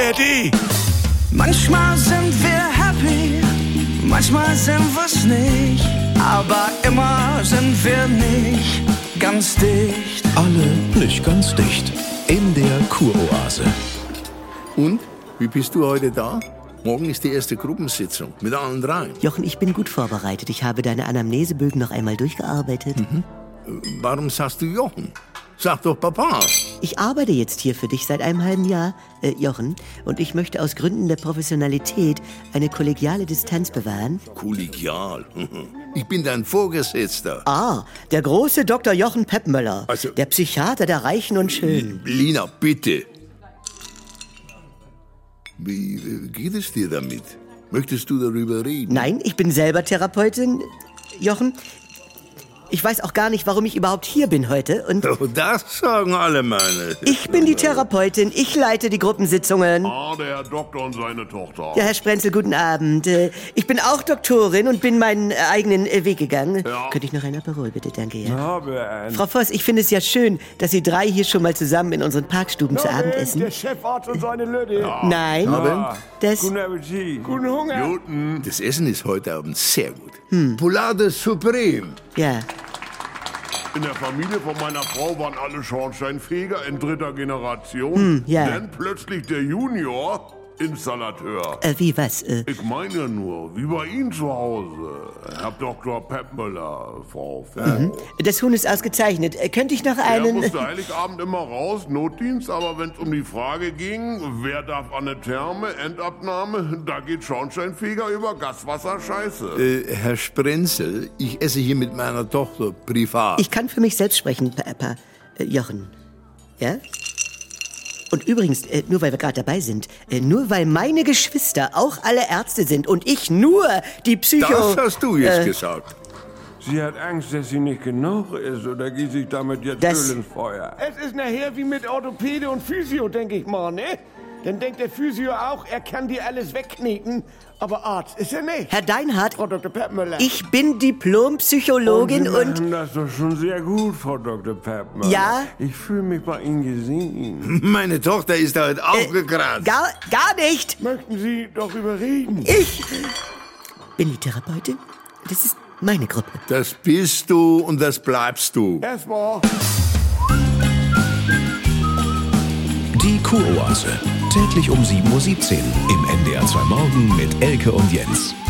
ARD. Manchmal sind wir happy, manchmal sind wir's nicht, aber immer sind wir nicht ganz dicht. Alle nicht ganz dicht. In der Kuroase. Und? Wie bist du heute da? Morgen ist die erste Gruppensitzung mit allen dreien. Jochen, ich bin gut vorbereitet. Ich habe deine Anamnesebögen noch einmal durchgearbeitet. Warum sagst du Jochen? Sag doch Papa. Ich arbeite jetzt hier für dich seit einem halben Jahr, Jochen. Und ich möchte aus Gründen der Professionalität eine kollegiale Distanz bewahren. Kollegial. Ich bin dein Vorgesetzter. Ah, der große Dr. Jochen Peppmöller. Also- der Psychiater der Reichen und Schönen. Lina, bitte. Wie geht es dir damit? Möchtest du darüber reden? Nein, ich bin selber Therapeutin, Jochen. Ich weiß auch gar nicht, warum ich überhaupt hier bin heute. Und Oh, das sagen alle meine. ich bin die Therapeutin. Ich leite die Gruppensitzungen. Ah, der Herr Doktor und seine Tochter. Ja, Herr Sprenzel, guten Abend. Ich bin auch Doktorin und bin meinen eigenen Weg gegangen. Ja. Könnte ich noch ein Aperol, bitte? Danke, ja. Aber Frau Voss, ich finde es ja schön, dass Sie drei hier schon mal zusammen in unseren Parkstuben zu Abend essen. der Chefarzt und seine Lüde. Nein, das... Guten Appetit. Guten Hunger. Newton. Das Essen ist heute Abend sehr gut. Poulade Supreme. Ja. In der Familie von meiner Frau waren alle Schornsteinfeger in dritter Generation. ja. Dann plötzlich der Junior Installateur. Wie, was? Ich meine nur, wie bei Ihnen zu Hause. Herr Dr. Peppmöller, Frau Voss. Das Huhn ist ausgezeichnet. Könnte ich noch Er einen... musste Heiligabend immer raus, Notdienst, aber wenn es um die Frage ging, wer darf an eine Therme, Endabnahme, da geht Schornsteinfeger über Gaswasser, scheiße. Herr Sprenzel, ich esse hier mit meiner Tochter privat. Ich kann für mich selbst sprechen, Jochen. Ja? Und übrigens, nur weil wir gerade dabei sind, nur weil meine Geschwister auch alle Ärzte sind und ich nur die Das hast du jetzt gesagt. Sie hat Angst, dass sie nicht genug ist, oder geht sich damit jetzt Das- Öl ins Feuer? Es ist nachher wie mit Orthopäde und Physio, denke ich mal, ne? Dann denkt der Physio auch, er kann dir alles wegknicken, aber Arzt ist er nicht. Herr Deinhardt, Frau Dr. Peppmöller. ich bin Diplompsychologin Sie und... machen das doch schon sehr gut, Frau Dr. Peppmöller. Ja? Ich fühle mich bei Ihnen gesehen. Meine Tochter ist heute aufgekratzt. Gar nicht! Möchten Sie darüber reden? Ich bin die Therapeutin. Das ist meine Gruppe. Das bist du und das bleibst du. Erstmal. Die Kuroase. Täglich um 7:17 Uhr im NDR 2 Morgen mit Elke und Jens.